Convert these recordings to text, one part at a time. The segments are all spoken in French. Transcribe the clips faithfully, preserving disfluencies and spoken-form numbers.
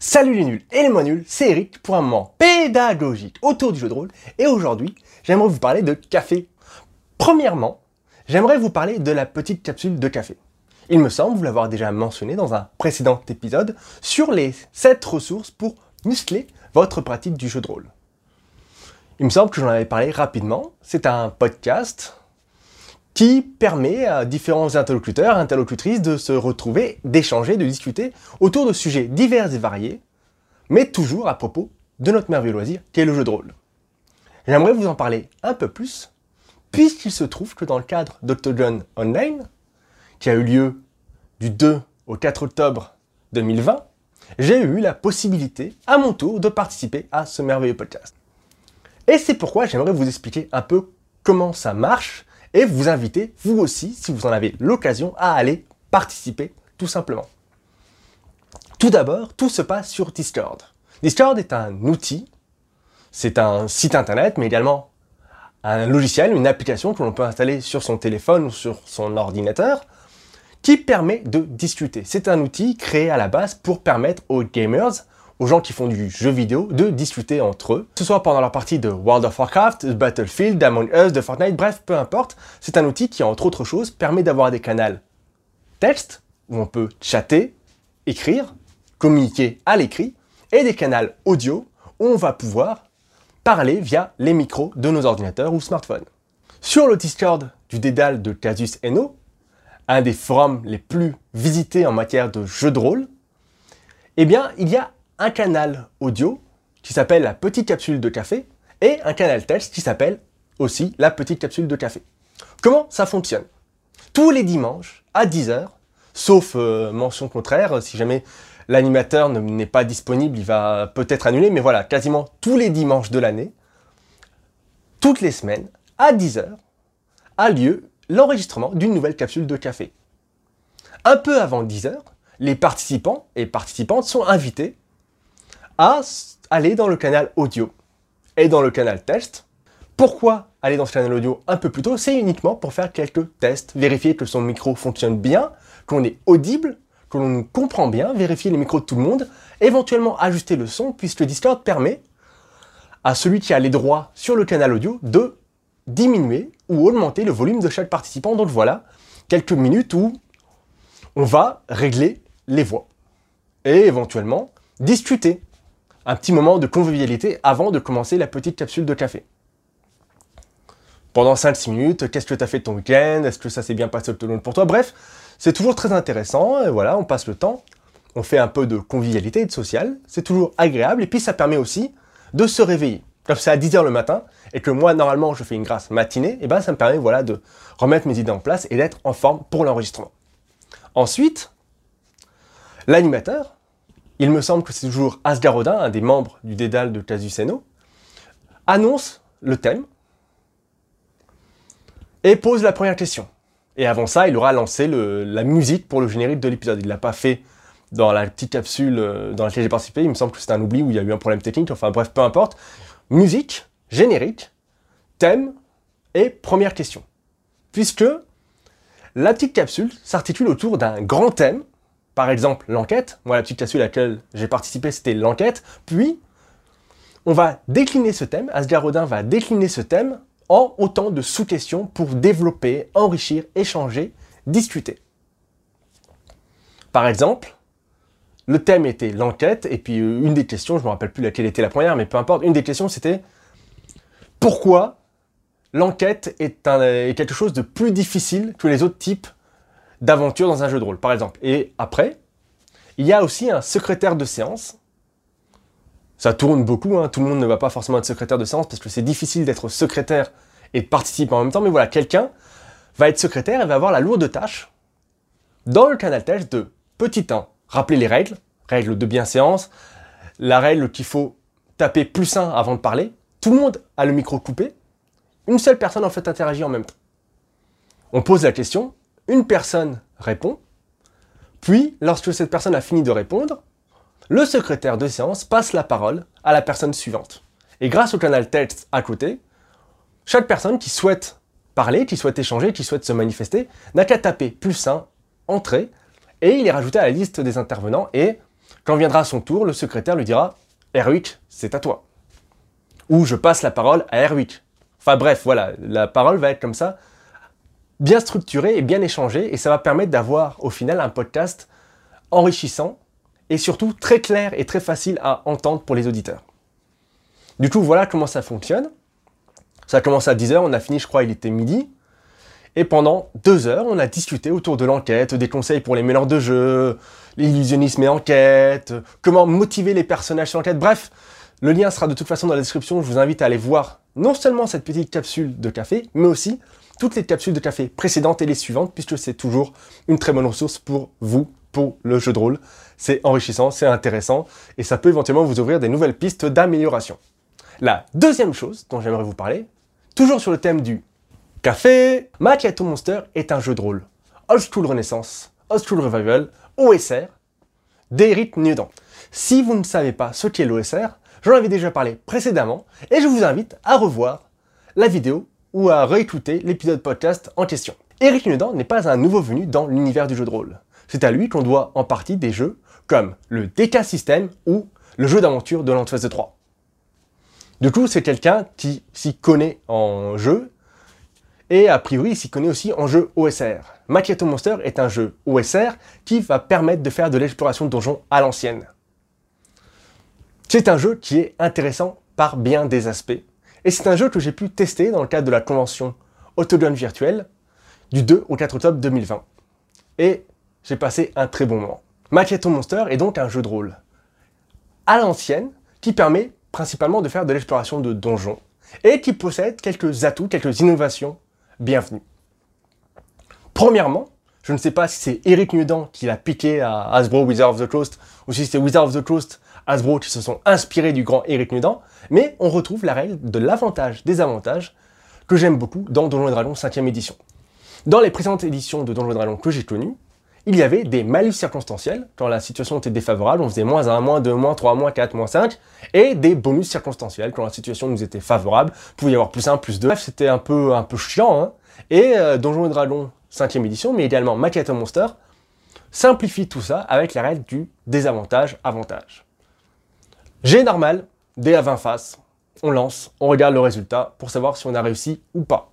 Salut les nuls et les moins nuls, c'est Eric pour un moment pédagogique autour du jeu de rôle et aujourd'hui, j'aimerais vous parler de café. Premièrement, j'aimerais vous parler de la petite capsule de café. Il me semble vous l'avoir déjà mentionné dans un précédent épisode sur les sept ressources pour muscler votre pratique du jeu de rôle. Il me semble que j'en avais parlé rapidement, c'est un podcast qui permet à différents interlocuteurs et interlocutrices de se retrouver, d'échanger, de discuter autour de sujets divers et variés, mais toujours à propos de notre merveilleux loisir qu'est le jeu de rôle. J'aimerais vous en parler un peu plus, puisqu'il se trouve que dans le cadre d'Octogone Online, qui a eu lieu du deux au quatre octobre deux mille vingt, j'ai eu la possibilité, à mon tour, de participer à ce merveilleux podcast. Et c'est pourquoi j'aimerais vous expliquer un peu comment ça marche, et vous inviter, vous aussi, si vous en avez l'occasion, à aller participer, tout simplement. Tout d'abord, tout se passe sur Discord. Discord est un outil, c'est un site internet, mais également un logiciel, une application que l'on peut installer sur son téléphone ou sur son ordinateur, qui permet de discuter. C'est un outil créé à la base pour permettre aux gamers, aux gens qui font du jeu vidéo, de discuter entre eux, que ce soit pendant leur partie de World of Warcraft, de Battlefield, d'Among Us, de Fortnite, bref, peu importe. C'est un outil qui, entre autres choses, permet d'avoir des canaux texte, où on peut chatter, écrire, communiquer à l'écrit, et des canaux audio, où on va pouvoir parler via les micros de nos ordinateurs ou smartphones. Sur le Discord du Dédale de Casus Eno, un des forums les plus visités en matière de jeux de rôle, eh bien, il y a un canal audio qui s'appelle la petite capsule de café et un canal texte qui s'appelle aussi la petite capsule de café. Comment ça fonctionne? Tous les dimanches à dix heures, sauf euh, mention contraire, si jamais l'animateur n'est pas disponible, il va peut-être annuler, mais voilà, quasiment tous les dimanches de l'année, toutes les semaines, à dix heures, a lieu l'enregistrement d'une nouvelle capsule de café. Un peu avant dix heures, les participants et participantes sont invités à aller dans le canal audio et dans le canal test. Pourquoi aller dans ce canal audio un peu plus tôt? C'est uniquement pour faire quelques tests, vérifier que son micro fonctionne bien, qu'on est audible, que l'on nous comprend bien, vérifier les micros de tout le monde, éventuellement ajuster le son, puisque Discord permet à celui qui a les droits sur le canal audio de diminuer ou augmenter le volume de chaque participant. Donc voilà, quelques minutes où on va régler les voix et éventuellement discuter. Un petit moment de convivialité avant de commencer la petite capsule de café. Pendant cinq six minutes, qu'est-ce que tu as fait de ton week-end? Est-ce que ça s'est bien passé tout le long pour toi? Bref, c'est toujours très intéressant. Et voilà, on passe le temps, on fait un peu de convivialité et de social. C'est toujours agréable et puis ça permet aussi de se réveiller. Comme c'est à dix heures le matin et que moi, normalement, je fais une grasse matinée, et ben ça me permet voilà, de remettre mes idées en place et d'être en forme pour l'enregistrement. Ensuite, l'animateur, il me semble que c'est toujours Asgarodin, un des membres du Dédale de Casus Eno, annonce le thème et pose la première question. Et avant ça, il aura lancé le, la musique pour le générique de l'épisode. Il ne l'a pas fait dans la petite capsule dans laquelle j'ai participé. Il me semble que c'est un oubli où il y a eu un problème technique. Enfin bref, peu importe. Musique, générique, thème et première question. Puisque la petite capsule s'articule autour d'un grand thème. Par exemple, l'enquête. Moi, la petite capsule à laquelle j'ai participé, c'était l'enquête. Puis, on va décliner ce thème. Asgarodin va décliner ce thème en autant de sous-questions pour développer, enrichir, échanger, discuter. Par exemple, le thème était l'enquête, et puis une des questions, je ne me rappelle plus laquelle était la première, mais peu importe, une des questions c'était pourquoi l'enquête est, un, est quelque chose de plus difficile que les autres types d'aventure dans un jeu de rôle, par exemple. Et après, il y a aussi un secrétaire de séance. Ça tourne beaucoup, hein. Tout le monde ne va pas forcément être secrétaire de séance parce que c'est difficile d'être secrétaire et de participer en même temps. Mais voilà, quelqu'un va être secrétaire et va avoir la lourde tâche, dans le canal test, de petit un, rappeler les règles, règles de bienséance, la règle qu'il faut taper plus un avant de parler. Tout le monde a le micro coupé. Une seule personne en fait interagit en même temps. On pose la question. Une personne répond, puis lorsque cette personne a fini de répondre, le secrétaire de séance passe la parole à la personne suivante. Et grâce au canal texte à côté, chaque personne qui souhaite parler, qui souhaite échanger, qui souhaite se manifester, n'a qu'à taper plus un, entrée, et il est rajouté à la liste des intervenants, et Quand viendra son tour, le secrétaire lui dira « Erwick, c'est à toi ». Ou je passe la parole à Erwick. Enfin bref, voilà, la parole va être comme ça, bien structurée et bien échangée, et ça va permettre d'avoir au final un podcast enrichissant et surtout très clair et très facile à entendre pour les auditeurs. Du coup, voilà comment ça fonctionne. Ça a commencé à dix heures, on a fini, je crois, il était midi. Et pendant deux heures, on a discuté autour de l'enquête, des conseils pour les meneurs de jeu, l'illusionnisme et enquête, comment motiver les personnages sur l'enquête. Bref, le lien sera de toute façon dans la description. Je vous invite à aller voir non seulement cette petite capsule de café, mais aussi toutes les capsules de café précédentes et les suivantes, puisque c'est toujours une très bonne ressource pour vous, pour le jeu de rôle. C'est enrichissant, c'est intéressant, et ça peut éventuellement vous ouvrir des nouvelles pistes d'amélioration. La deuxième chose dont j'aimerais vous parler, toujours sur le thème du café, Macchiato Monster est un jeu de rôle Old School Renaissance, Old School Revival, O S R, d'Eric Newdan. Si vous ne savez pas ce qu'est l'O S R, j'en avais déjà parlé précédemment, et je vous invite à revoir la vidéo ou à réécouter l'épisode podcast en question. Eric Newdan n'est pas un nouveau venu dans l'univers du jeu de rôle. C'est à lui qu'on doit en partie des jeux comme le D K System ou le jeu d'aventure de l'Anthos trois. Du coup, c'est quelqu'un qui s'y connaît en jeu, et a priori, il s'y connaît aussi en jeu O S R. Macchiato Monster est un jeu O S R qui va permettre de faire de l'exploration de donjons à l'ancienne. C'est un jeu qui est intéressant par bien des aspects, et c'est un jeu que j'ai pu tester dans le cadre de la convention Autogun Virtuelle du deux au quatre octobre deux mille vingt. Et j'ai passé un très bon moment. Macchiato Monster est donc un jeu de rôle à l'ancienne qui permet principalement de faire de l'exploration de donjons et qui possède quelques atouts, quelques innovations bienvenues. Premièrement, je ne sais pas si c'est Eric Newdan qui l'a piqué à Hasbro Wizards of the Coast ou si c'est Wizards of the Coast Hasbro qui se sont inspirés du grand Eric Newdan, mais on retrouve la règle de l'avantage des avantages que j'aime beaucoup dans Donjons et Dragons cinquième édition. Dans les précédentes éditions de Donjons et Dragons que j'ai connues, il y avait des malus circonstanciels, quand la situation était défavorable, on faisait moins un, moins deux, moins trois, moins quatre, moins cinq, et des bonus circonstanciels, quand la situation nous était favorable, il pouvait y avoir plus un, plus deux, bref, c'était un peu, un peu chiant, hein. Et euh, Donjons et Dragons cinquième édition, mais également Macchiato Monster, simplifie tout ça avec la règle du désavantage-avantage. G normal, dé à vingt faces, on lance, on regarde le résultat pour savoir si on a réussi ou pas.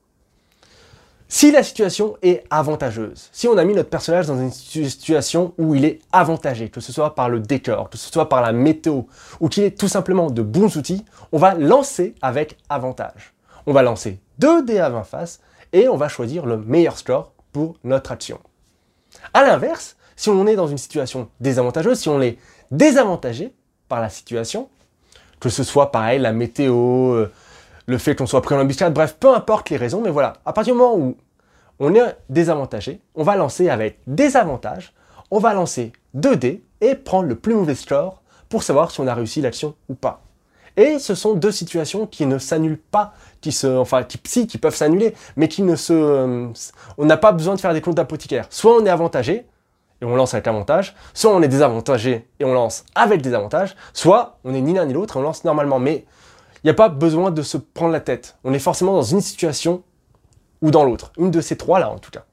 Si la situation est avantageuse, si on a mis notre personnage dans une situation où il est avantagé, que ce soit par le décor, que ce soit par la météo, ou qu'il ait tout simplement de bons outils, on va lancer avec avantage. On va lancer deux dés à vingt faces et on va choisir le meilleur score pour notre action. A l'inverse, si on est dans une situation désavantageuse, si on est désavantagé par la situation, que ce soit pareil, la météo, le fait qu'on soit pris en embuscade, bref, peu importe les raisons, mais voilà, à partir du moment où on est désavantagé, on va lancer avec des avantages, on va lancer deux dés et prendre le plus mauvais score pour savoir si on a réussi l'action ou pas. Et ce sont deux situations qui ne s'annulent pas, qui se, enfin, qui, si, qui peuvent s'annuler, mais qui ne se... Euh, on n'a pas besoin de faire des comptes d'apothicaire. Soit on est avantagé, et on lance avec avantage, soit on est désavantagé, et on lance avec des avantages, soit on est ni l'un ni l'autre, et on lance normalement. Mais il n'y a pas besoin de se prendre la tête. On est forcément dans une situation ou dans l'autre. Une de ces trois-là, en tout cas.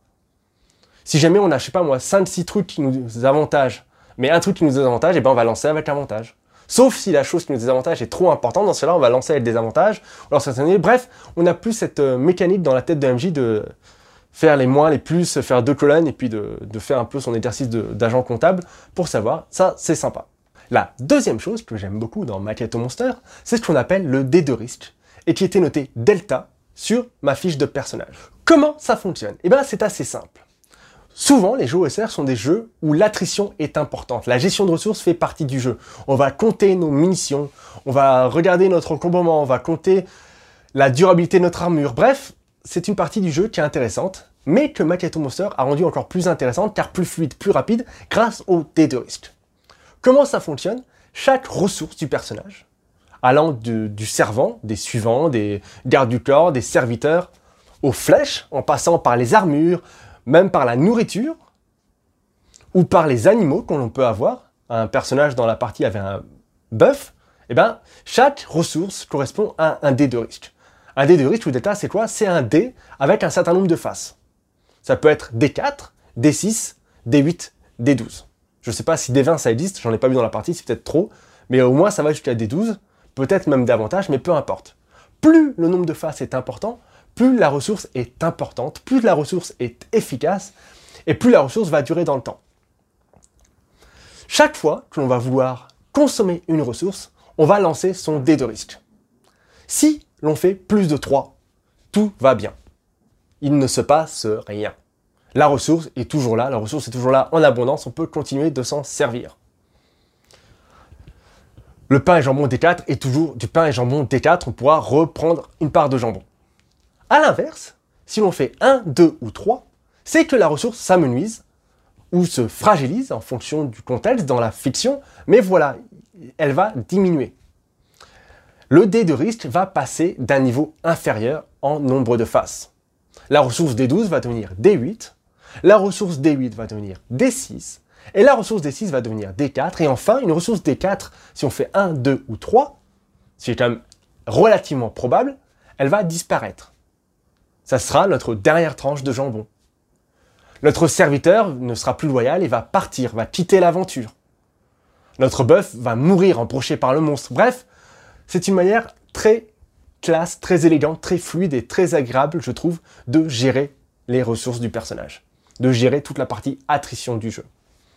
Si jamais on a, je sais pas moi, cinq six trucs qui nous avantagent, mais un truc qui nous désavantage, et ben on va lancer avec avantage. Sauf si la chose qui nous désavantage est trop importante, dans ce cas-là, on va lancer avec des avantages. Alors, bref, on n'a plus cette euh, mécanique dans la tête de M J de faire les moins, les plus, faire deux colonnes, et puis de, de faire un peu son exercice d'agent comptable pour savoir. Ça, c'est sympa. La deuxième chose que j'aime beaucoup dans Macchiato Monster, c'est ce qu'on appelle le dé de risque, et qui était noté delta sur ma fiche de personnage. Comment ça fonctionne? Eh bien, c'est assez simple. Souvent, les jeux O S R sont des jeux où l'attrition est importante. La gestion de ressources fait partie du jeu. On va compter nos munitions, on va regarder notre encombrement, on va compter la durabilité de notre armure. Bref, c'est une partie du jeu qui est intéressante, mais que Macchiato Monster a rendu encore plus intéressante, car plus fluide, plus rapide, grâce au dé de risque. Comment ça fonctionne? Chaque ressource du personnage, allant de, du servant, des suivants, des gardes du corps, des serviteurs, aux flèches, en passant par les armures, même par la nourriture, ou par les animaux qu'on peut avoir. Un personnage dans la partie avait un bœuf, et bien chaque ressource correspond à un dé de risque. Un dé de risque ou d'état, c'est quoi? C'est un dé avec un certain nombre de faces. Ça peut être D quatre, D six, D huit, D douze. Je sais pas si D vingt ça existe, j'en ai pas vu dans la partie, c'est peut-être trop, mais au moins ça va jusqu'à D douze, peut-être même davantage, mais peu importe. Plus le nombre de faces est important, plus la ressource est importante, plus la ressource est efficace, et plus la ressource va durer dans le temps. Chaque fois que l'on va vouloir consommer une ressource, on va lancer son dé de risque. Si l'on fait plus de trois, tout va bien. Il ne se passe rien. La ressource est toujours là, la ressource est toujours là en abondance, on peut continuer de s'en servir. Le pain et jambon D quatre est toujours du pain et jambon D quatre, on pourra reprendre une part de jambon. A l'inverse, si l'on fait un, deux ou trois, c'est que la ressource s'amenuise ou se fragilise en fonction du contexte dans la fiction, mais voilà, elle va diminuer. Le dé de risque va passer d'un niveau inférieur en nombre de faces. La ressource D douze va devenir D huit, la ressource D huit va devenir D six, et la ressource D six va devenir D quatre, et enfin, une ressource D quatre, si on fait un, deux ou trois, ce qui est quand même relativement probable, elle va disparaître. Ça sera notre dernière tranche de jambon. Notre serviteur ne sera plus loyal et va partir, va quitter l'aventure. Notre bœuf va mourir embroché par le monstre. Bref, c'est une manière très classe, très élégante, très fluide et très agréable, je trouve, de gérer les ressources du personnage. De gérer toute la partie attrition du jeu.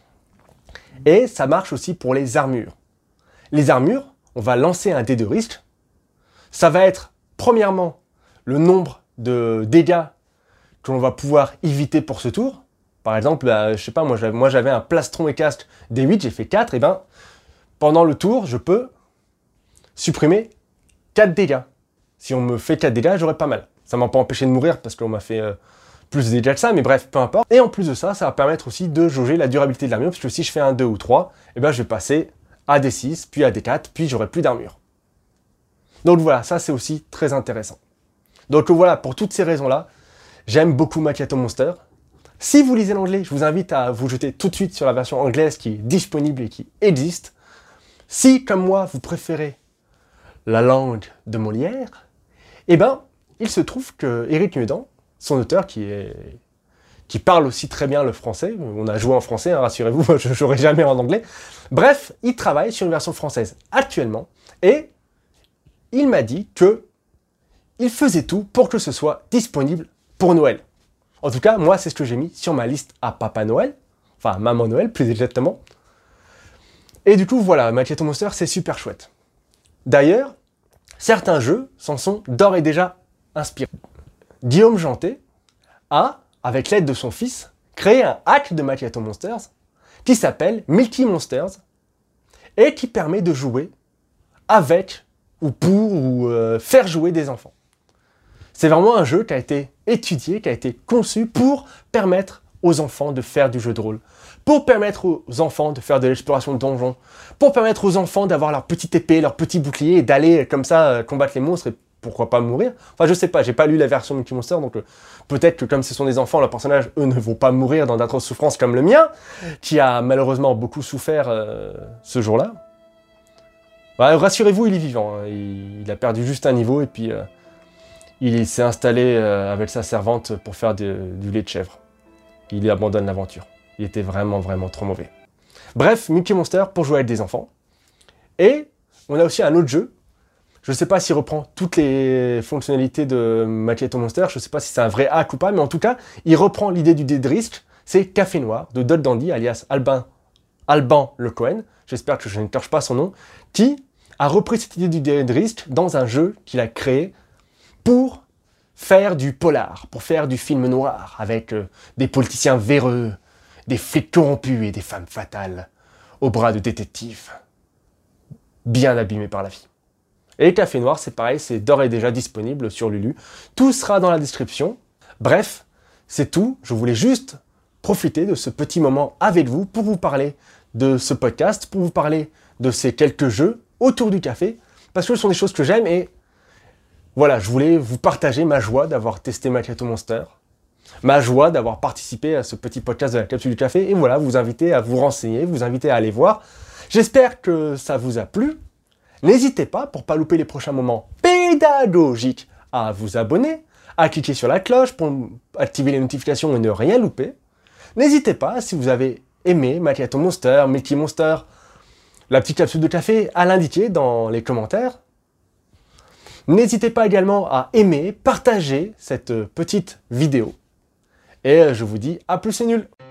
Et ça marche aussi pour les armures. Les armures, on va lancer un dé de risque. Ça va être, premièrement, le nombre de dégâts que l'on va pouvoir éviter pour ce tour. Par exemple, bah, je sais pas, moi j'avais, moi j'avais un plastron et casque D huit, j'ai fait quatre, et ben pendant le tour, je peux supprimer quatre dégâts. Si on me fait quatre dégâts, j'aurais pas mal. Ça m'a pas empêché de mourir parce qu'on m'a fait euh, plus de dégâts que ça, mais bref, peu importe. Et en plus de ça, ça va permettre aussi de jauger la durabilité de l'armure, parce que si je fais un deux ou trois, et ben je vais passer à D six, puis à D quatre, puis j'aurai plus d'armure. Donc voilà, ça c'est aussi très intéressant. Donc voilà, pour toutes ces raisons-là, j'aime beaucoup Macchiato Monster. Si vous lisez l'anglais, je vous invite à vous jeter tout de suite sur la version anglaise qui est disponible et qui existe. Si, comme moi, vous préférez la langue de Molière, eh ben, il se trouve que Éric Nudan, son auteur qui, est, qui parle aussi très bien le français, on a joué en français, hein, rassurez-vous, je ne jouerai jamais en anglais. Bref, il travaille sur une version française actuellement et il m'a dit que il faisait tout pour que ce soit disponible pour Noël. En tout cas, moi, c'est ce que j'ai mis sur ma liste à Papa Noël, enfin Maman Noël plus exactement. Et du coup, voilà, Macchiato Monster, c'est super chouette. D'ailleurs, certains jeux s'en sont d'ores et déjà inspirés. Guillaume Janté a, avec l'aide de son fils, créé un hack de Macchiato Monsters qui s'appelle Milky Monsters et qui permet de jouer avec ou pour ou euh, faire jouer des enfants. C'est vraiment un jeu qui a été étudié, qui a été conçu pour permettre aux enfants de faire du jeu de rôle, pour permettre aux enfants de faire de l'exploration de donjons, pour permettre aux enfants d'avoir leur petite épée, leur petit bouclier et d'aller comme ça euh, combattre les monstres et pourquoi pas mourir. Enfin, je sais pas, j'ai pas lu la version Milky Monster, donc euh, peut-être que comme ce sont des enfants, leurs personnages, eux, ne vont pas mourir dans d'atroces souffrances comme le mien, qui a malheureusement beaucoup souffert euh, ce jour-là. Bah, rassurez-vous, il est vivant, hein. il, il a perdu juste un niveau et puis... Euh, il s'est installé avec sa servante pour faire de, du lait de chèvre. Il abandonne l'aventure. Il était vraiment, vraiment trop mauvais. Bref, Milky Monster pour jouer avec des enfants. Et on a aussi un autre jeu. Je ne sais pas s'il reprend toutes les fonctionnalités de Macchiato Monster. Je ne sais pas si c'est un vrai hack ou pas. Mais en tout cas, il reprend l'idée du dé de risque. C'est Café Noir de Dot Dandy, alias Albin, Alban Le Cohen. J'espère que je ne torche pas son nom. Qui a repris cette idée du dé de risque dans un jeu qu'il a créé pour faire du polar, pour faire du film noir, avec euh, des politiciens véreux, des flics corrompus et des femmes fatales, au bras de détectives, bien abîmés par la vie. Et Café Noir, c'est pareil, c'est d'ores et déjà disponible sur Lulu. Tout sera dans la description. Bref, c'est tout. Je voulais juste profiter de ce petit moment avec vous pour vous parler de ce podcast, pour vous parler de ces quelques jeux autour du café, parce que ce sont des choses que j'aime et voilà, je voulais vous partager ma joie d'avoir testé Macchiato Monster, ma joie d'avoir participé à ce petit podcast de la capsule du café, et voilà, vous inviter à vous renseigner, vous inviter à aller voir. J'espère que ça vous a plu. N'hésitez pas, pour ne pas louper les prochains moments pédagogiques, à vous abonner, à cliquer sur la cloche pour activer les notifications et ne rien louper. N'hésitez pas, si vous avez aimer Macchiato Monster, Milky Monster, la petite capsule de café, à l'indiquer dans les commentaires. N'hésitez pas également à aimer, partager cette petite vidéo. Et je vous dis à plus, c'est nul!